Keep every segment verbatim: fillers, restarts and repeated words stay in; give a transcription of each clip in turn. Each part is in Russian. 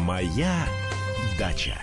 Моя дача.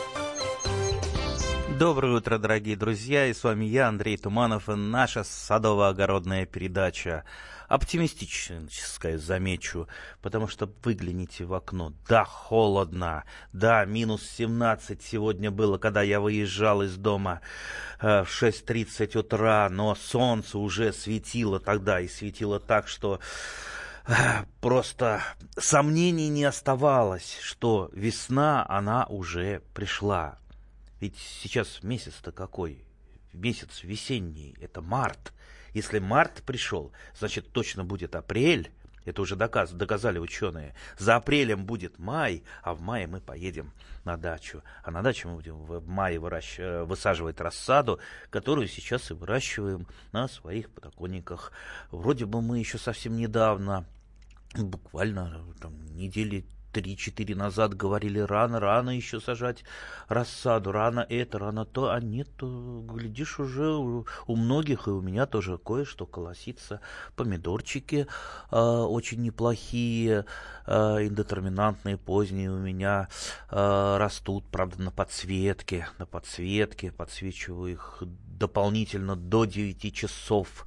Доброе утро, дорогие друзья, и с вами я, Андрей Туманов, и наша садово-огородная передача. Оптимистическая, замечу, потому что выгляните в окно. Да, холодно, да, минус семнадцать сегодня было, когда я выезжал из дома э, в шесть тридцать утра, но солнце уже светило тогда, и светило так, что э, просто сомнений не оставалось, что весна, она уже пришла. Ведь сейчас месяц-то какой? Месяц весенний, это март. Если март пришел, значит точно будет апрель. Это уже доказ, доказали ученые. За апрелем будет май, а в мае мы поедем на дачу. А на даче мы будем в мае выращ... высаживать рассаду, которую сейчас и выращиваем на своих подоконниках. Вроде бы мы еще совсем недавно, буквально там, недели три-четыре назад говорили, рано, рано еще сажать рассаду, рано это, рано то, а нет, глядишь, уже у, у многих, и у меня тоже кое-что колосится. Помидорчики э, очень неплохие, э, индетерминантные, поздние у меня э, растут, правда, на подсветке, на подсветке, подсвечиваю их дополнительно до девяти часов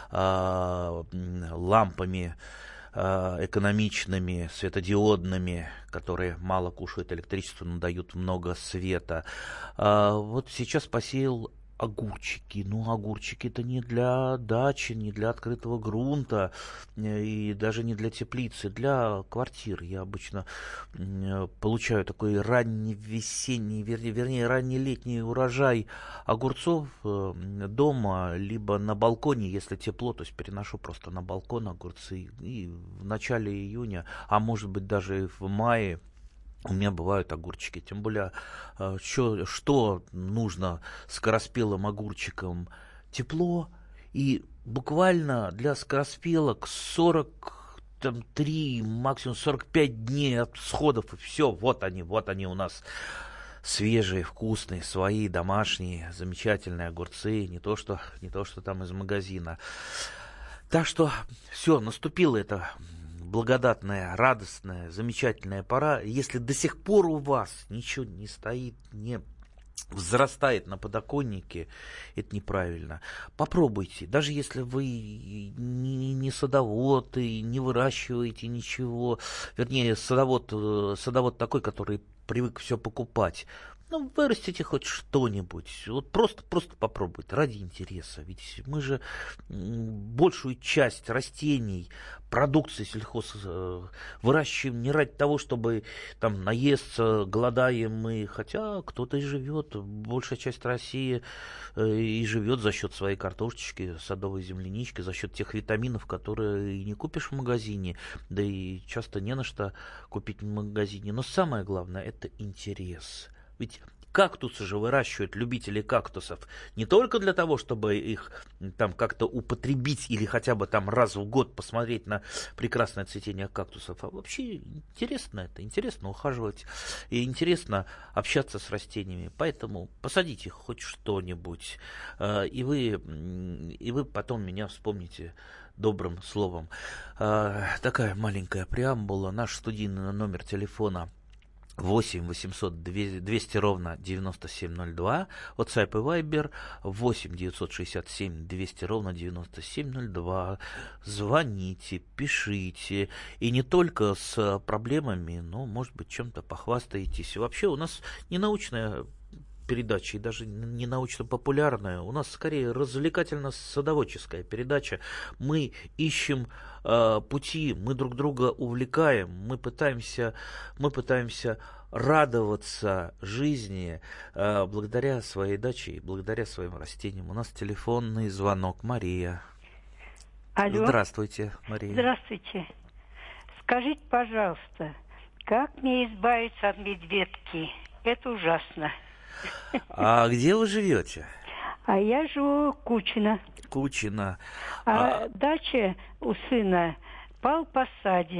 э, лампами экономичными, светодиодными, которые мало кушают электричество, но дают много света. Вот сейчас посеял огурчики. Ну, огурчики-то не для дачи, не для открытого грунта, и даже не для теплицы, для квартир. Я обычно получаю такой ранний весенний, вернее, вернее ранний-летний урожай огурцов дома, либо на балконе, если тепло, то есть переношу просто на балкон огурцы. И в начале июня, а может быть даже и в мае, у меня бывают огурчики. Тем более, что, что нужно скороспелым огурчикам? Тепло. И буквально для скороспелок сорок три, максимум сорок пять дней от всходов. И все, вот они, вот они у нас. Свежие, вкусные, свои, домашние, замечательные огурцы. Не то, что, не то, что там из магазина. Так что все, наступило это благодатная, радостная, замечательная пора. Если до сих пор у вас ничего не стоит, не взрастает на подоконнике, это неправильно. Попробуйте. Даже если вы не, не садовод и не выращиваете ничего, вернее, садовод, садовод такой, который привык все покупать, ну, вырастите хоть что-нибудь. Вот просто, просто попробуйте, ради интереса. Ведь мы же большую часть растений, продукции сельхоз выращиваем не ради того, чтобы там наесться, голодаем мы. Хотя кто-то и живет, большая часть России и живет за счет своей картошечки, садовой землянички, за счет тех витаминов, которые и не купишь в магазине, да и часто не на что купить в магазине. Но самое главное – это интерес. Ведь кактусы же выращивают любители кактусов не только для того, чтобы их там как-то употребить или хотя бы там раз в год посмотреть на прекрасное цветение кактусов, а вообще интересно это, интересно ухаживать и интересно общаться с растениями. Поэтому посадите хоть что-нибудь, и вы, и вы потом меня вспомните добрым словом. Такая маленькая преамбула. Наш студийный номер телефона восемь восемьсот двести ровно девяносто семь ноль два, WhatsApp и Viber восемь девятьсот шестьдесят семь двести ровно девяносто семь ноль два. Звоните, пишите, и не только с проблемами, но, может быть, чем-то похвастаетесь. Вообще у нас не научная передача и даже не научно-популярная, у нас скорее развлекательно-садоводческая передача. Мы ищем э, пути, мы друг друга увлекаем, мы пытаемся, мы пытаемся радоваться жизни э, благодаря своей даче и благодаря своим растениям. У нас телефонный звонок. Мария. Алло. Здравствуйте, Мария. Здравствуйте. Скажите, пожалуйста, как мне избавиться от медведки? Это ужасно. А где вы живете? А я живу Кучино. Кучино. А, а... дача у сына Пал Посади.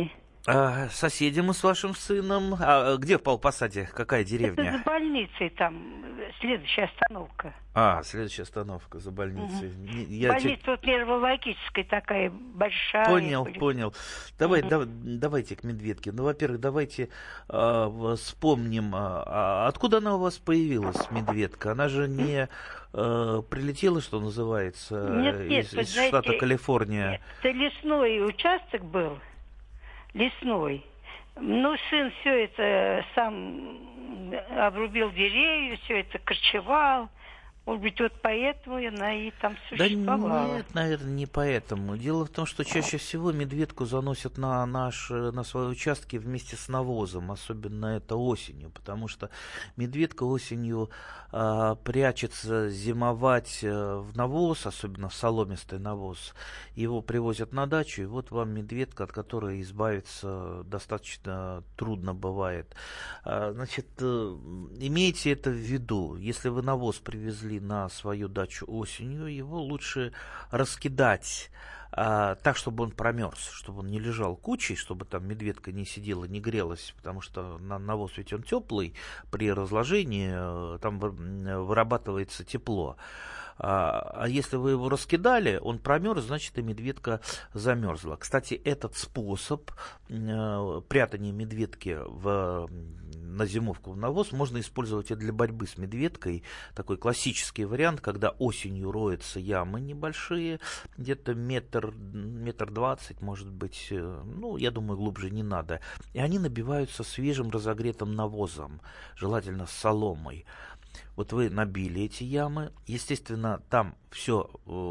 А, соседи мы с вашим сыном. А где в Павлопосаде? Какая деревня? Это за больницей там, следующая остановка. А, следующая остановка за больницей. Угу. Я Больница те... вот нервологическая такая, большая. Понял, Были. понял. Давай, Угу. да, давайте к медведке. Ну, во-первых, давайте э, вспомним, э, откуда она у вас появилась, медведка? Она же не э, прилетела, что называется, нет, нет, из, вы из знаете, штата Калифорния. Это лесной участок был. Лесной. Ну, сын все это сам обрубил деревья, все это корчевал. Может быть, вот поэтому она и там существовала. Да нет, наверное, не поэтому. Дело в том, что чаще всего медведку заносят на, наш, на свои участки вместе с навозом, особенно это осенью, потому что медведка осенью а, прячется зимовать в навоз, особенно в соломистый навоз. Его привозят на дачу, и вот вам медведка, от которой избавиться достаточно трудно бывает. А, значит, имейте это в виду. Если вы навоз привезли на свою дачу осенью, его лучше раскидать а, так, чтобы он промерз, чтобы он не лежал кучей, чтобы там медведка не сидела, не грелась, потому что на, навоз ведь он теплый, при разложении там вырабатывается тепло. А если вы его раскидали, он промерз, значит и медведка замерзла. Кстати, этот способ э, прятания медведки в, на зимовку в навоз можно использовать и для борьбы с медведкой. Такой классический вариант, когда осенью роются ямы небольшие, где-то метр, метр двадцать, может быть, ну, я думаю, глубже не надо. И они набиваются свежим разогретым навозом, желательно с соломой. Вот вы набили эти ямы, естественно, там все,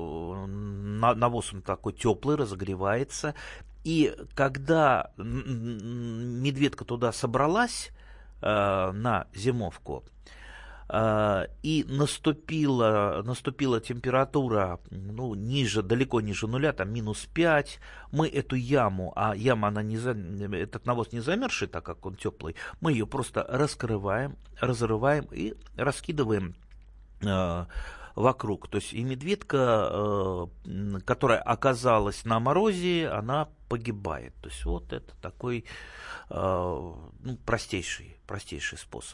навоз он такой теплый, разогревается, и когда медведка туда собралась э, на зимовку, э, и наступила, наступила температура, ну, ниже, далеко ниже нуля, там минус пять, мы эту яму, а яма, она не за, этот навоз не замерзший, так как он теплый, мы ее просто раскрываем, разрываем и раскидываем э, вокруг. То есть и медведка, э, которая оказалась на морозе, она погибает. То есть вот это такой э, ну, простейший, простейший способ.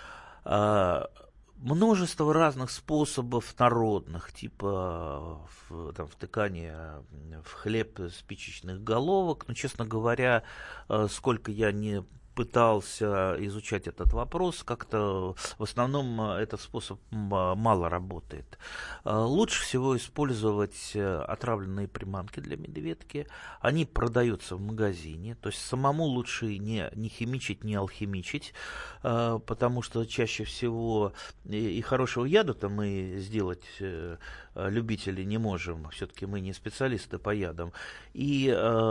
Э, множество разных способов народных, типа в, там, втыкания в хлеб спичечных головок. Но, честно говоря, э, сколько я не пытался изучать этот вопрос, как-то в основном этот способ мало работает. Лучше всего использовать отравленные приманки для медведки. Они продаются в магазине, то есть самому лучше не, не химичить, не алхимичить, потому что чаще всего и хорошего яда-то мы сделать любители не можем, все-таки мы не специалисты по ядам. И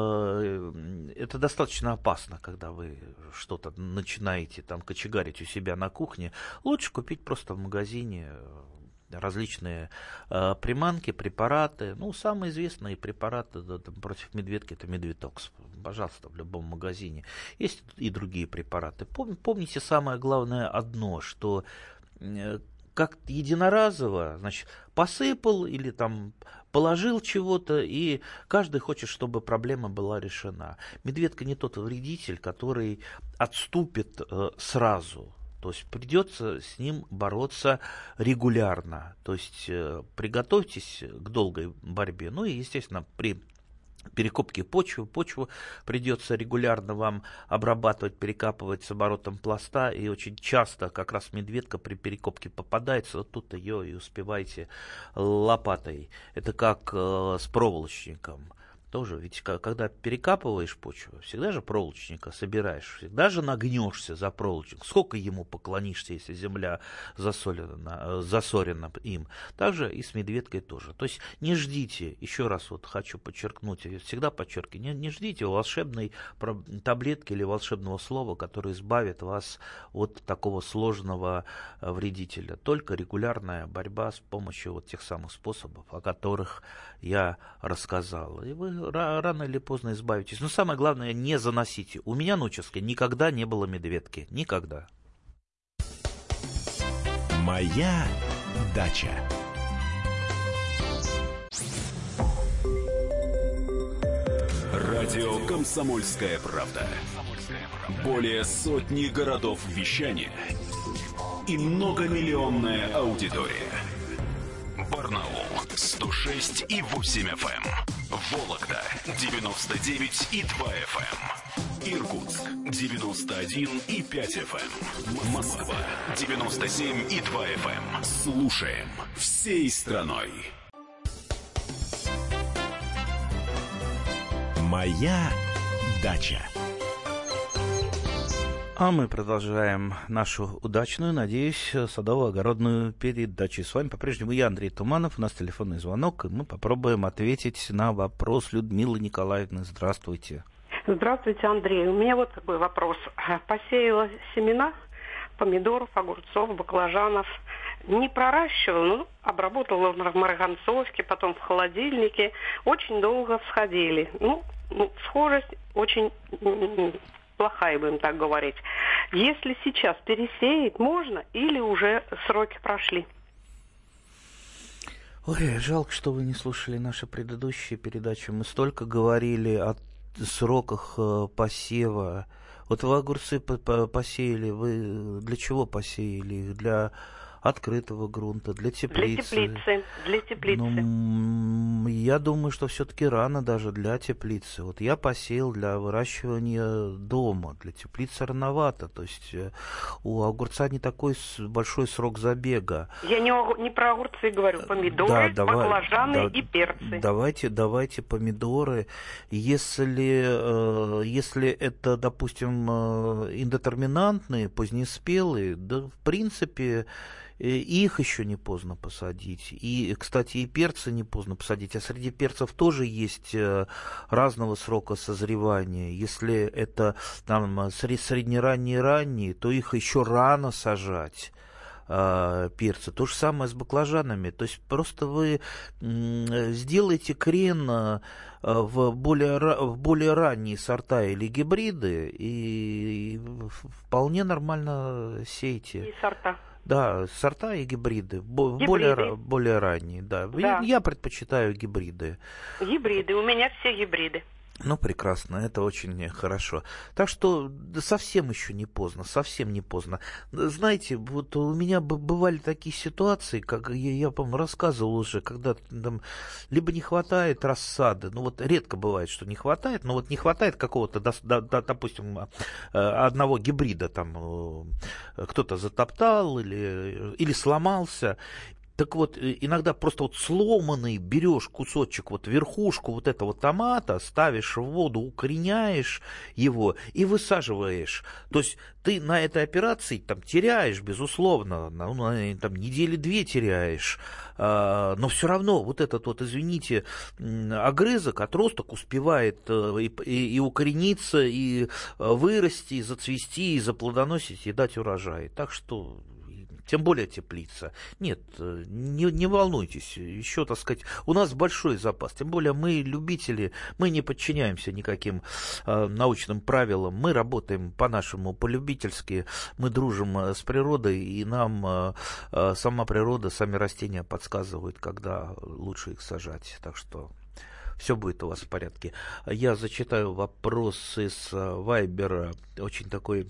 э, это достаточно опасно, когда вы что-то начинаете там кочегарить у себя на кухне. Лучше купить просто в магазине различные э, приманки, препараты. Ну, самые известные препараты да, там, против медведки — это медвитокс. Пожалуйста, в любом магазине. Есть и другие препараты. Пом- помните самое главное одно, что э, как единоразово, значит, посыпал или там положил чего-то, и каждый хочет, чтобы проблема была решена. Медведка не тот вредитель, который отступит э, сразу. То есть придется с ним бороться регулярно. То есть э, приготовьтесь к долгой борьбе. Ну и, естественно, при перекопки почвы. Почву придется регулярно вам обрабатывать, перекапывать с оборотом пласта. И очень часто как раз медведка при перекопке попадается. Вот тут ее и успевайте лопатой. Это как э, с проволочником. Тоже, ведь когда перекапываешь почву, всегда же проволочника собираешь, всегда же нагнешься за проволочник. Сколько ему поклонишься, если земля засолена, засорена им. Также и с медведкой тоже. То есть не ждите, еще раз вот хочу подчеркнуть, я всегда подчеркиваю, не, не ждите волшебной таблетки или волшебного слова, которое избавит вас от такого сложного вредителя. Только регулярная борьба с помощью вот тех самых способов, о которых я рассказал. И вы рано или поздно избавитесь. Но самое главное, не заносите. У меня на участке никогда не было медведки. Никогда. Моя дача. Радио «Комсомольская правда». Более сотни городов вещания и многомиллионная аудитория. Барнаул сто шесть и восемь эф эм. Вологда девяносто девять и два эф эм. Иркутск девяносто один и пять эф эм. Москва девяносто семь и два эф эм. Слушаем всей страной. Моя дача. А мы продолжаем нашу удачную, надеюсь, садово-огородную передачу. С вами по-прежнему я, Андрей Туманов. У нас телефонный звонок, и мы попробуем ответить на вопрос Людмилы Николаевны. Здравствуйте. Здравствуйте, Андрей. У меня вот такой вопрос. Посеяла семена помидоров, огурцов, баклажанов. Не проращивала, но обработала в марганцовке, потом в холодильнике. Очень долго всходили. Ну, ну схожесть очень плохая, будем так говорить. Если сейчас пересеять, можно или уже сроки прошли? Ой, жалко, что вы не слушали наши предыдущие передачи. Мы столько говорили о сроках э, посева. Вот вы огурцы посеяли, вы для чего посеяли их? Для открытого грунта, для теплицы? Для теплицы, для теплицы. Ну, я думаю, что все-таки рано даже для теплицы. Вот я посеял для выращивания дома, для теплицы рановато. То есть у огурца не такой большой срок забега. Я не, не про огурцы говорю, помидоры, да, баклажаны давай, да, и перцы. Давайте, давайте помидоры. Если, если это, допустим, индетерминантные, позднеспелые, да, в принципе, их еще не поздно посадить. И, кстати, и перцы не поздно посадить. А среди перцев тоже есть разного срока созревания. Если это там среднеранние ранние, то их еще рано сажать. Перцы. То же самое с баклажанами. То есть просто вы сделаете крен в более, в более ранние сорта или гибриды и вполне нормально сеете. И сорта. Да, сорта и гибриды. гибриды. Более, более ранние, да. да. Я, я предпочитаю гибриды. Гибриды. У меня все гибриды. Ну, прекрасно, это очень хорошо. Так что да, совсем еще не поздно, совсем не поздно. Знаете, вот у меня бывали такие ситуации, как я, я по-моему, рассказывал уже, когда там либо не хватает рассады, ну вот редко бывает, что не хватает, но вот не хватает какого-то, допустим, одного гибрида, там кто-то затоптал или, или сломался. Так вот, иногда просто вот сломанный берешь кусочек, вот верхушку вот этого томата, ставишь в воду, укореняешь его и высаживаешь. То есть ты на этой операции там теряешь, безусловно, ну, там недели две теряешь, но все равно вот этот вот, извините, огрызок, отросток успевает и, и, и укорениться, и вырасти, и зацвести, и заплодоносить, и дать урожай. Так что... Тем более теплица. Нет, не, не волнуйтесь, еще, так сказать, у нас большой запас. Тем более мы любители, мы не подчиняемся никаким э, научным правилам. Мы работаем по-нашему, по-любительски. Мы дружим с природой, и нам э, э, сама природа, сами растения подсказывают, когда лучше их сажать. Так что... все будет у вас в порядке. Я зачитаю вопрос из Вайбера, очень такой...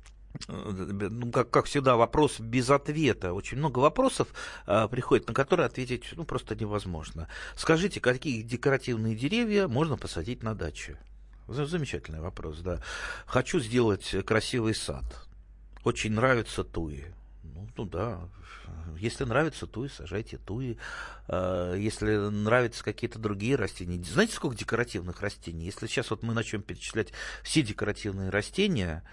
Ну, как, как всегда, вопрос без ответа. Очень много вопросов а, приходит, на которые ответить ну, просто невозможно. Скажите, какие декоративные деревья можно посадить на даче? Замечательный вопрос, да. Хочу сделать красивый сад. Очень нравятся туи. Ну, ну да. Если нравятся туи, сажайте туи. А, если нравятся какие-то другие растения. Знаете, сколько декоративных растений? Если сейчас вот мы начнем перечислять все декоративные растения,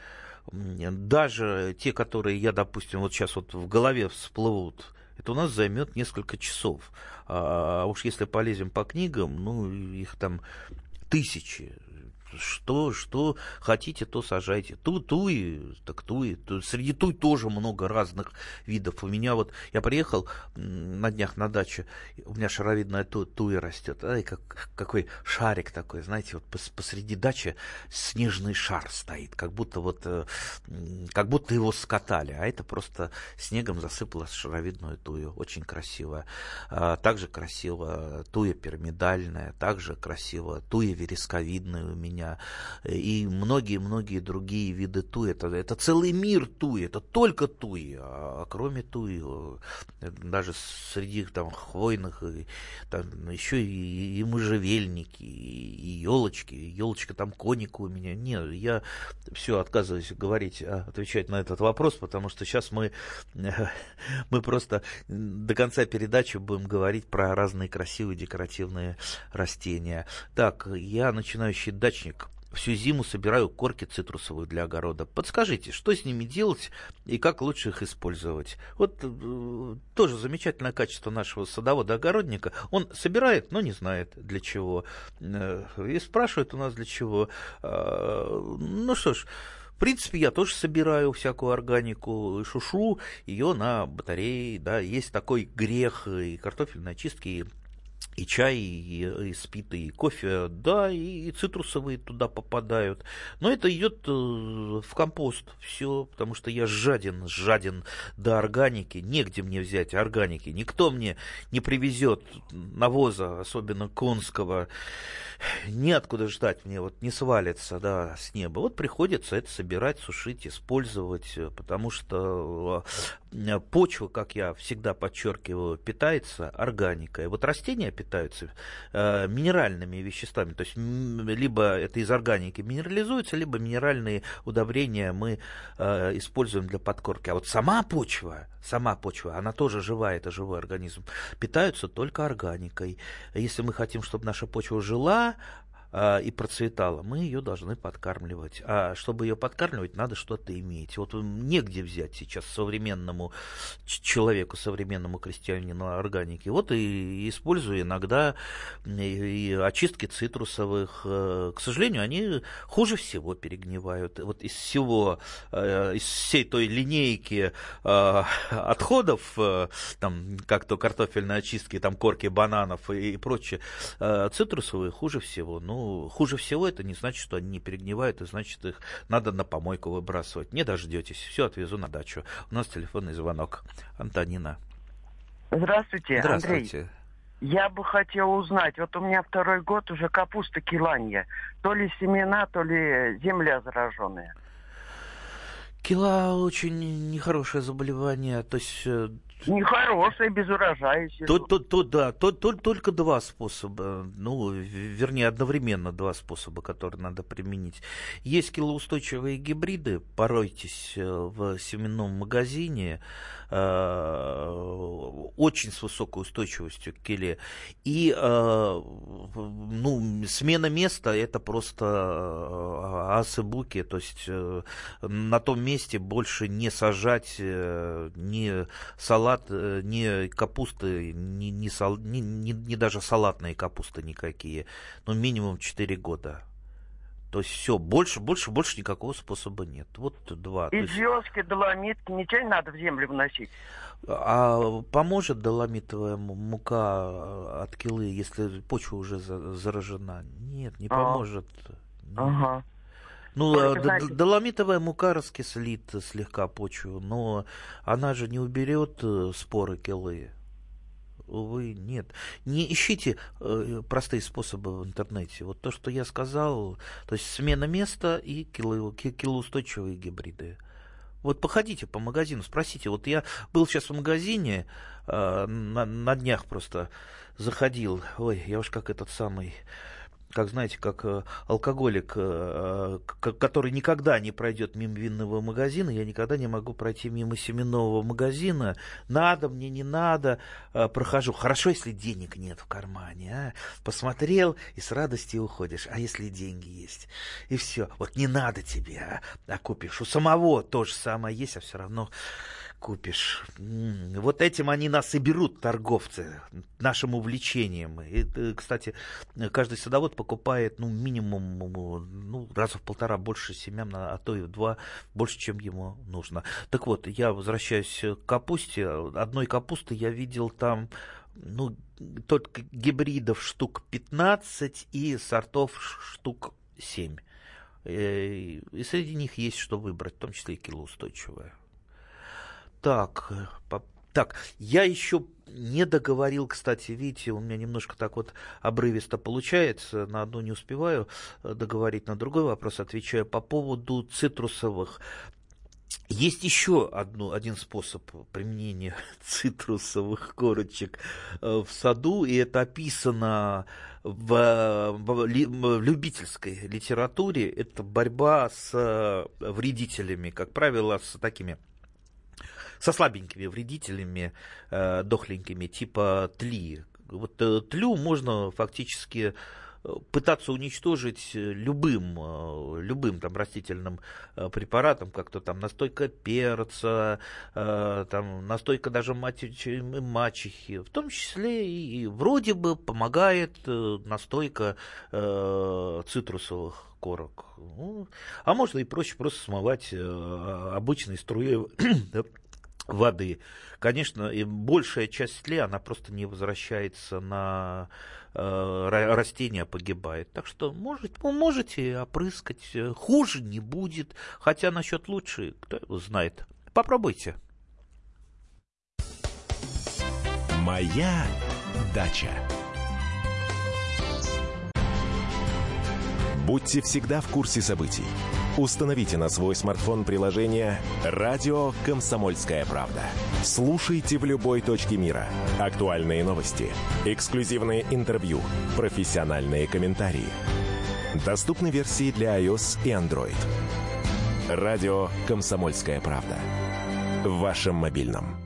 даже те, которые я, допустим, вот сейчас вот в голове всплывут, это у нас займет несколько часов. А уж если полезем по книгам, ну, их там тысячи. Что, что хотите, то сажайте. Ту, туи, так туи. Ту, среди туй тоже много разных видов. У меня вот, я приехал на днях на дачу, у меня шаровидная ту, туя растет. Ай, как, какой шарик такой, знаете, вот пос, посреди дачи снежный шар стоит, как будто вот, как будто его скатали, а это просто снегом засыпало шаровидную тую. Очень красиво. Также красиво туя пирамидальная, также красиво туя вересковидная у меня. И многие-многие другие виды туи. Это, это целый мир туи, это только туи. А кроме туи, даже среди там, хвойных, там, еще и, и можжевельники, и елочки. Елочка там коника у меня. Нет, я все отказываюсь говорить, отвечать на этот вопрос, потому что сейчас мы, мы просто до конца передачи будем говорить про разные красивые декоративные растения. Так, я начинающий дачник. Всю зиму собираю корки цитрусовые для огорода. Подскажите, что с ними делать и как лучше их использовать? Вот э, тоже замечательное качество нашего садовода-огородника. Он собирает, но не знает для чего. Э, и спрашивает у нас для чего. Э, ну что ж, в принципе, я тоже собираю всякую органику, шушу ее на батарее. Да. Есть такой грех и картофельной очистки, и И чай, и, и спитый, и кофе, да, и, и цитрусовые туда попадают. Но это идет э, в компост все, потому что я жаден, жаден до органики. Негде мне взять органики. Никто мне не привезет навоза, особенно конского. Неоткуда ждать мне, вот не свалится, да, с неба. Вот приходится это собирать, сушить, использовать, потому что почва, как я всегда подчеркиваю, питается органикой. Вот растения питаются э, минеральными веществами, то есть либо это из органики минерализуется, либо минеральные удобрения мы э, используем для подкормки. А вот сама почва, сама почва, она тоже живая, это живой организм, питаются только органикой. Если мы хотим, чтобы наша почва жила и процветала, мы ее должны подкармливать. А чтобы ее подкармливать, надо что-то иметь. Вот негде взять сейчас современному человеку, современному крестьянину органики. Вот и использую иногда и очистки цитрусовых. К сожалению, они хуже всего перегнивают. Вот из всего, из всей той линейки отходов, там, как то картофельной очистки, там корки бананов и прочее, цитрусовые хуже всего. Ну, хуже всего это не значит, что они не перегнивают, и значит, их надо на помойку выбрасывать. Не дождетесь, все отвезу на дачу. У нас телефонный звонок. Антонина. Здравствуйте, Здравствуйте. Андрей. Я бы хотела узнать, вот у меня второй год уже капуста киланья. То ли семена, то ли земля зараженная. Кила очень нехорошее заболевание, то есть... Нехорошее, без урожая. То, то, то, да, то, то, только два способа, ну, вернее, одновременно два способа, которые надо применить. Есть килоустойчивые гибриды, поройтесь в семенном магазине, очень с высокой устойчивостью к киле. И ну, смена места — это просто асы-буки, то есть на том месте больше не сажать ни салат, ни капусты, ни, ни, сал, ни, ни, ни даже салатные капусты никакие. Ну, минимум четыре года. То есть все, больше, больше, больше никакого способа нет. Вот два. И звездки, доломит, ничего не надо в землю вносить? А поможет доломитовая мука от килы, если почва уже заражена? Нет, не поможет. Ага. Ну, д- доломитовая мука раскислит слегка почву, но она же не уберет споры килы. Увы, нет. Не ищите э, простые способы в интернете. Вот то, что я сказал, то есть смена места и кило, килоустойчивые гибриды. Вот походите по магазину, спросите. Вот я был сейчас в магазине, э, на, на днях просто заходил. Ой, я уж как этот самый... Как, знаете, как э, алкоголик, э, к- который никогда не пройдет мимо винного магазина, я никогда не могу пройти мимо семенного магазина. Надо мне, не надо, э, прохожу. Хорошо, если денег нет в кармане. А? Посмотрел и с радостью уходишь. А если деньги есть? И все. Вот не надо тебе, а, а купишь. У самого то же самое есть, а все равно купишь. Вот этим они нас и берут, торговцы, нашим увлечением. И, кстати, каждый садовод покупает, ну, минимум, ну, раза в полтора больше семян, а то и в два больше, чем ему нужно. Так вот, я возвращаюсь к капусте. Одной капусты я видел там, ну, только гибридов штук пятнадцать и сортов штук семь. И среди них есть что выбрать, в том числе и килоустойчивое. Так, по, так, я еще не договорил, кстати, видите, у меня немножко так вот обрывисто получается, на одну не успеваю договорить, на другой вопрос отвечаю по поводу цитрусовых. Есть еще одну, один способ применения цитрусовых корочек в саду, и это описано в, в, в любительской литературе. Это борьба с вредителями, как правило, с такими, со слабенькими вредителями, дохленькими, типа тли. Вот тлю можно фактически пытаться уничтожить любым, любым там растительным препаратом, как-то там настойка перца, там настойка даже мачехи, мачехи, в том числе и вроде бы помогает настойка цитрусовых корок. А можно и проще просто смывать обычной струей воды. Конечно, и большая часть тли, она просто не возвращается на э, растение, погибает. Так что может, вы можете опрыскать, хуже не будет. Хотя насчет лучше, кто его знает. Попробуйте. Моя дача. Будьте всегда в курсе событий. Установите на свой смартфон приложение «Радио Комсомольская правда». Слушайте в любой точке мира. Актуальные новости, эксклюзивные интервью, профессиональные комментарии. Доступны версии для iOS и Android. «Радио Комсомольская правда». В вашем мобильном.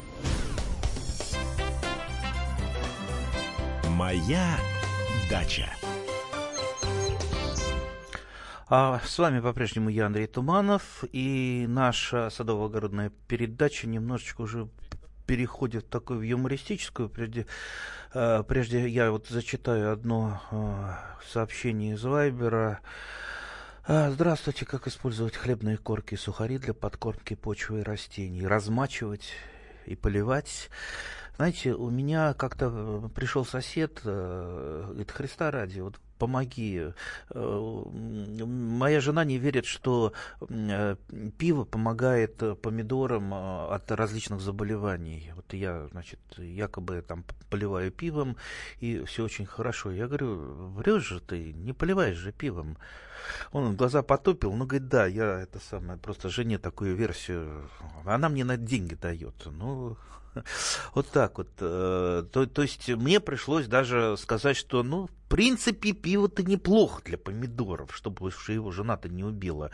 Моя дача. А с вами по-прежнему я, Андрей Туманов, и наша садово-огородная передача немножечко уже переходит в такую юмористическую. Прежде, прежде я вот зачитаю одно сообщение из Вайбера. Здравствуйте, как использовать хлебные корки и сухари для подкормки почвы и растений? Размачивать и поливать. Знаете, у меня как-то пришел сосед, говорит, Христа ради, вот помоги. Моя жена не верит, что пиво помогает помидорам от различных заболеваний. Вот я, значит, якобы там поливаю пивом, и все очень хорошо. Я говорю, врешь же ты, не поливаешь же пивом. Он глаза потупил, ну, говорит, да, я это самое, просто жене такую версию, она мне на деньги дает. Ну, вот так вот. То, то есть мне пришлось даже сказать, что, ну, в принципе, пиво-то неплохо для помидоров, чтобы его жена-то не убила.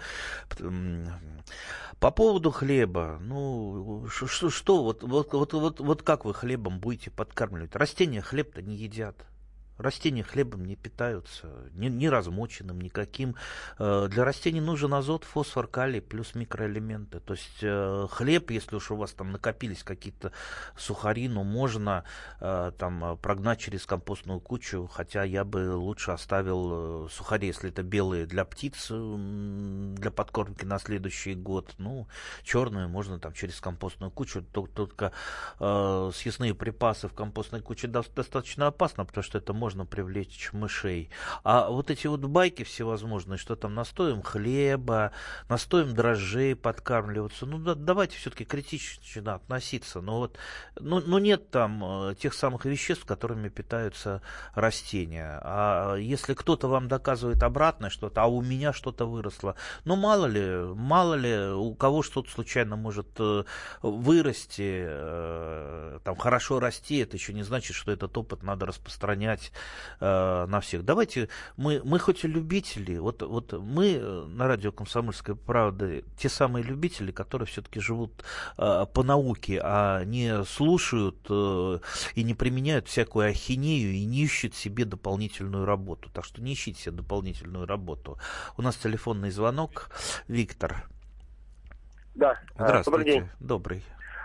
По поводу хлеба, ну, что, что вот, вот, вот, вот, вот как вы хлебом будете подкармливать? Растения хлеб-то не едят. Растения хлебом не питаются, не, не размоченным никаким. Для растений нужен азот, фосфор, калий плюс микроэлементы. То есть хлеб, если уж у вас там накопились какие-то сухари, ну, можно там прогнать через компостную кучу, хотя я бы лучше оставил сухари, если это белые, для птиц, для подкормки на следующий год. Ну, черные можно там через компостную кучу, только съестные припасы в компостной куче достаточно опасно, потому что это можно можно привлечь мышей. А вот эти вот байки всевозможные, что там настоем хлеба, настоем дрожжей подкармливаться, ну да, давайте все-таки критично относиться. Но вот, ну, ну нет там тех самых веществ, которыми питаются растения. А если кто-то вам доказывает обратное что-то, а у меня что-то выросло, ну мало ли, мало ли, у кого что-то случайно может вырасти, там хорошо расти, это еще не значит, что этот опыт надо распространять на всех. Давайте, мы, мы хоть и любители, вот, вот мы на радио «Комсомольская правда» те самые любители, которые все-таки живут э, по науке, а не слушают э, и не применяют всякую ахинею и не ищут себе дополнительную работу. Так что не ищите себе дополнительную работу. У нас телефонный звонок. Виктор. Да, Здравствуйте. добрый день. Добрый.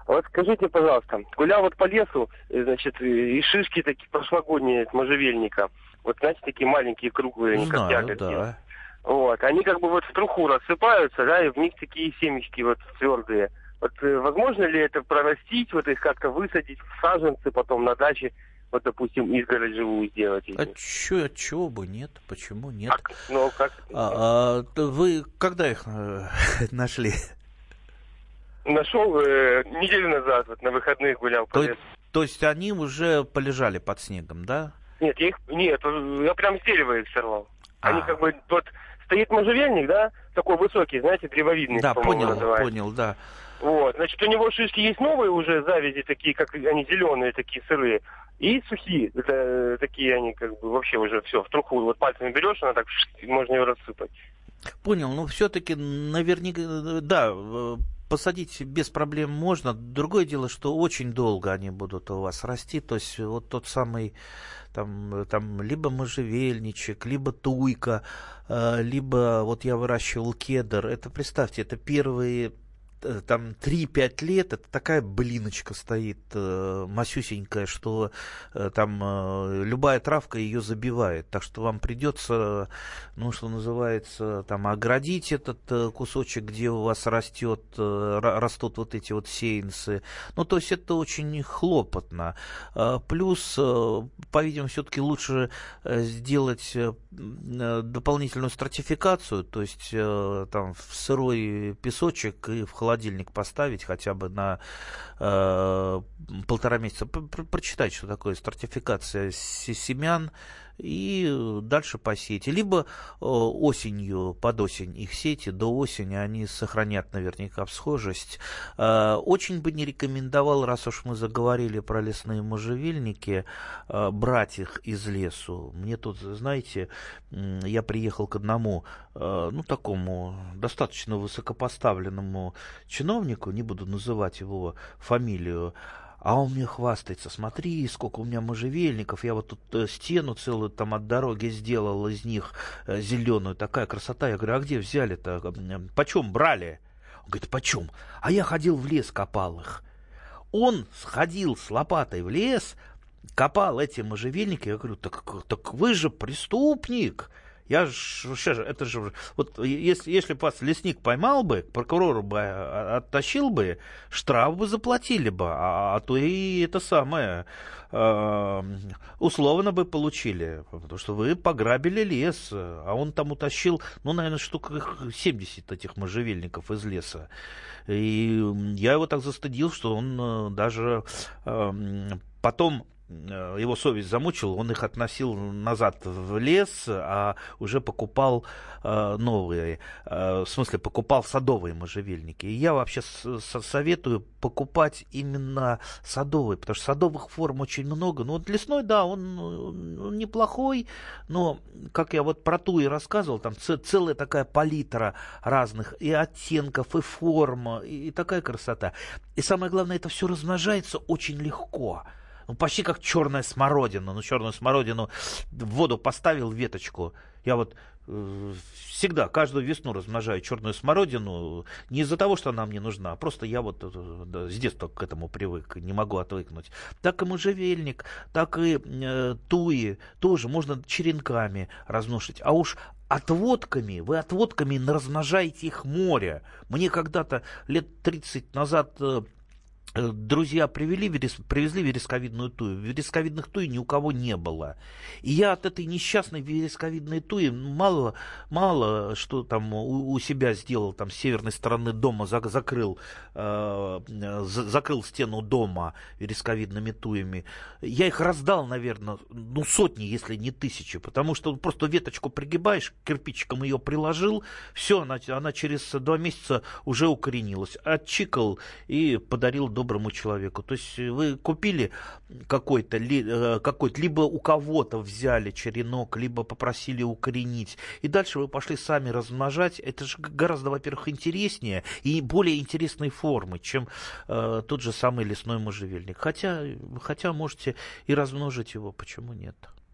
Вот скажите, пожалуйста, гулял вот по лесу, значит, и шишки такие прошлогодние от можжевельника. Вот, знаете, такие маленькие, круглые, они как ягодки. Да. Вот, они как бы вот в труху рассыпаются, да, и в них такие семечки вот твердые. Вот возможно ли это прорастить, вот их как-то высадить в саженцы, потом на даче, вот, допустим, изгородь живую сделать? А чё, а чего бы нет? Почему нет? А, ну, как? А, а, вы когда их э, нашли? Нашел э, неделю назад, вот на выходных гулял по лесу. То есть они уже полежали под снегом, да? Нет, я их, нет, я прям с дерева их сорвал. А. Они как бы, вот, стоит можжевельник, да, такой высокий, знаете, древовидный. Да, понял, понял, да. Вот, значит, у него шишки есть новые уже, завязи такие, как они зеленые, такие сырые, и сухие, это такие они как бы вообще уже все, в труху, вот пальцами берешь, она так, можно ее рассыпать. Понял, но все-таки наверняка, да, посадить без проблем можно. Другое дело, что очень долго они будут у вас расти, то есть вот тот самый там, там либо можжевельничек, либо туйка, либо вот я выращивал кедр. Это, представьте, это первые там три-пять лет, это такая блиночка стоит э, масюсенькая, что э, там э, любая травка ее забивает. Так что вам придется, ну, что называется, там оградить этот э, кусочек, где у вас растет, э, растут вот эти вот сеянцы. Ну, то есть это очень хлопотно. Э, плюс, э, по-видимому, все-таки лучше э, сделать э, дополнительную стратификацию, то есть э, там в сырой песочек и в холодильник холодильник поставить хотя бы на э, полтора месяца, прочитать, что такое стратификация семян, и дальше посеять. Либо э, осенью, под осень их сеять, до осени они сохранят наверняка всхожесть. Э, очень бы не рекомендовал, раз уж мы заговорили про лесные можжевельники, э, брать их из лесу. Мне тут, знаете, э, я приехал к одному, э, ну, такому достаточно высокопоставленному чиновнику, не буду называть его фамилию, а он мне хвастается: смотри, сколько у меня можжевельников, я вот тут стену целую там от дороги сделал из них зеленую, такая красота. Я говорю, а где взяли-то, почем брали? Он говорит, почем? А я ходил в лес, копал их. Он сходил с лопатой в лес, копал эти можжевельники. Я говорю, так, так вы же преступник. Я ж, же, это же, вот если, если бы вас лесник поймал бы, к прокурору бы оттащил бы, штраф бы заплатили бы, а, а то и это самое, э, условно бы получили, потому что вы пограбили лес, а он там утащил, ну, наверное, штук семьдесят этих можжевельников из леса. И я его так застыдил, что он даже э, потом... его совесть замучила, он их относил назад в лес, а уже покупал э, новые, э, в смысле покупал садовые можжевельники. И я вообще с- с- советую покупать именно садовые, потому что садовых форм очень много. Ну вот лесной, да, он, он неплохой, но, как я вот про туи рассказывал, там ц- целая такая палитра разных и оттенков, и форм, и, и такая красота. И самое главное, это все размножается очень легко. Ну, почти как черная смородина. Ну, черную смородину в воду поставил, веточку. Я вот э, всегда, каждую весну размножаю черную смородину. Не из-за того, что она мне нужна, а просто я вот э, да, с детства к этому привык, не могу отвыкнуть. Так и можжевельник, так и э, туи тоже можно черенками размножить. А уж отводками, вы отводками размножаете их море. Мне когда-то лет тридцать назад... Э, друзья привели, привезли вересковидную тую. Вересковидных туй ни у кого не было. И я от этой несчастной вересковидной туи мало, мало что там у, у себя сделал, там с северной стороны дома закрыл, э, закрыл стену дома вересковидными туями. Я их раздал, наверное, ну сотни, если не тысячи, потому что просто веточку пригибаешь, кирпичиком ее приложил, все, она, она через два месяца уже укоренилась. Отчикал и подарил доброму человеку. То есть вы купили какой-то, какой-то, либо у кого-то взяли черенок, либо попросили укоренить, и дальше вы пошли сами размножать. Это же гораздо, во-первых, интереснее и более интересной формы, чем э, тот же самый лесной можжевельник. Хотя, хотя можете и размножить его, почему нет?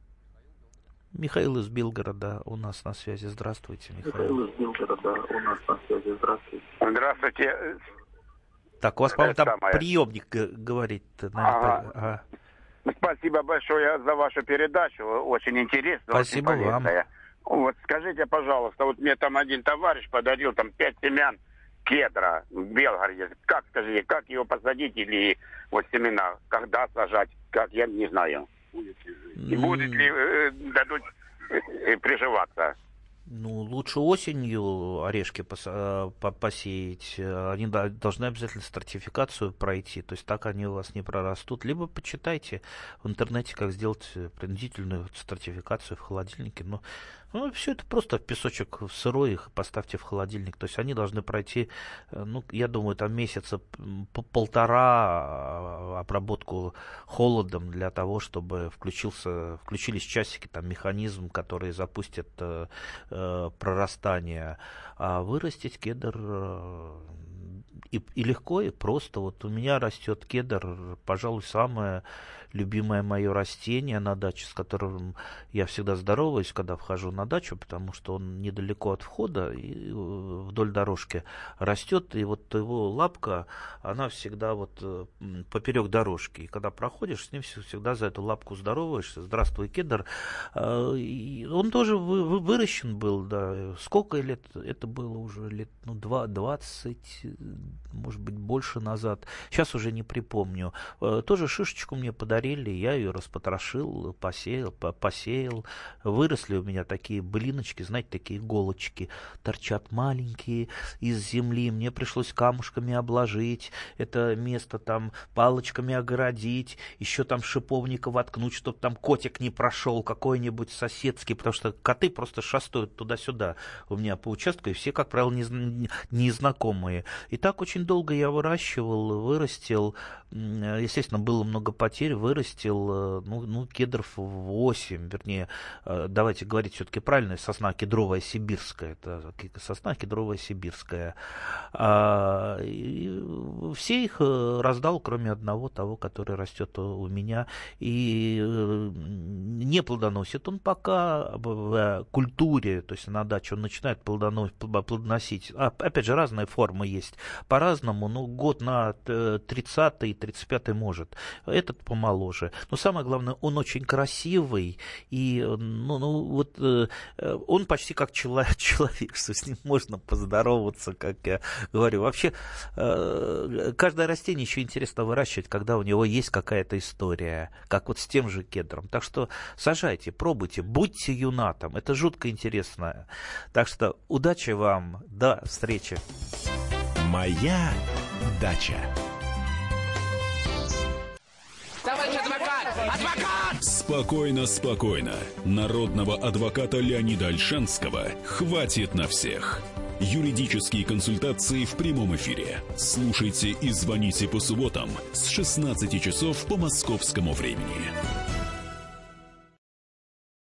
Михаил из Белгорода у нас на связи. Здравствуйте, Михаил. Михаил из Белгорода у нас на связи. Здравствуйте. Здравствуйте. Так, у вас, по-моему, там самое... приемник говорит. Ага. Ага. Спасибо большое за вашу передачу. Очень интересно. Спасибо очень вам. Вот скажите, пожалуйста, вот мне там один товарищ подарил там пять семян кедра в Белгороде. Как, скажите, как его посадить или вот семена, когда сажать, как, я не знаю. И будет ли э, дадут э, приживаться? Ну, лучше осенью орешки пос- посеять. Они должны обязательно стратификацию пройти. То есть так они у вас не прорастут. Либо почитайте в интернете, как сделать принудительную стратификацию в холодильнике. Но ну, все это просто в песочек в сырой их поставьте в холодильник. То есть они должны пройти, ну, я думаю, там месяца полтора обработку холодом для того, чтобы включился, включились часики, там механизм, который запустит э, э, прорастание. А вырастить кедр э, и, и легко, и просто. Вот у меня растет кедр, пожалуй, самое любимое мое растение на даче, с которым я всегда здороваюсь, когда вхожу на дачу, потому что он недалеко от входа и вдоль дорожки растет, и вот его лапка, она всегда вот поперек дорожки. И когда проходишь, с ним всегда за эту лапку здороваешься. Здравствуй, кедр. Он тоже выращен был, да. Сколько лет? Это было уже лет, ну, двадцать, может быть, больше назад. Сейчас уже не припомню. Тоже шишечку мне подарили. Я ее распотрошил, посеял, посеял. Выросли у меня такие блиночки, знаете, такие иголочки, торчат маленькие из земли. Мне пришлось камушками обложить это место, там палочками огородить, еще там шиповника воткнуть, чтобы там котик не прошел, какой-нибудь соседский, потому что коты просто шастают туда-сюда у меня по участку, и все, как правило, незнакомые. И так очень долго я выращивал, вырастил. Естественно, было много потерь, вырастил, ну, ну кедров восемь, вернее, давайте говорить все-таки правильно, сосна кедровая сибирская, это сосна кедровая сибирская. А, все их раздал, кроме одного, того, который растет у меня, и не плодоносит он пока в культуре, то есть на даче он начинает плодоносить. А, опять же, разные формы есть, по-разному, ну, год на тридцатый, тридцать пятый может, этот помоложе. Но самое главное, он очень красивый, и ну, ну, вот, э, он почти как человек, человек, что с ним можно поздороваться, как я говорю. Вообще, э, каждое растение еще интересно выращивать, когда у него есть какая-то история, как вот с тем же кедром. Так что сажайте, пробуйте, будьте юнатом, это жутко интересно. Так что удачи вам, до встречи. Моя дача. Товарищ адвокат! Адвокат! Спокойно, спокойно. Народного адвоката Леонида Ольшанского хватит на всех. Юридические консультации в прямом эфире. Слушайте и звоните по субботам с шестнадцати часов по московскому времени.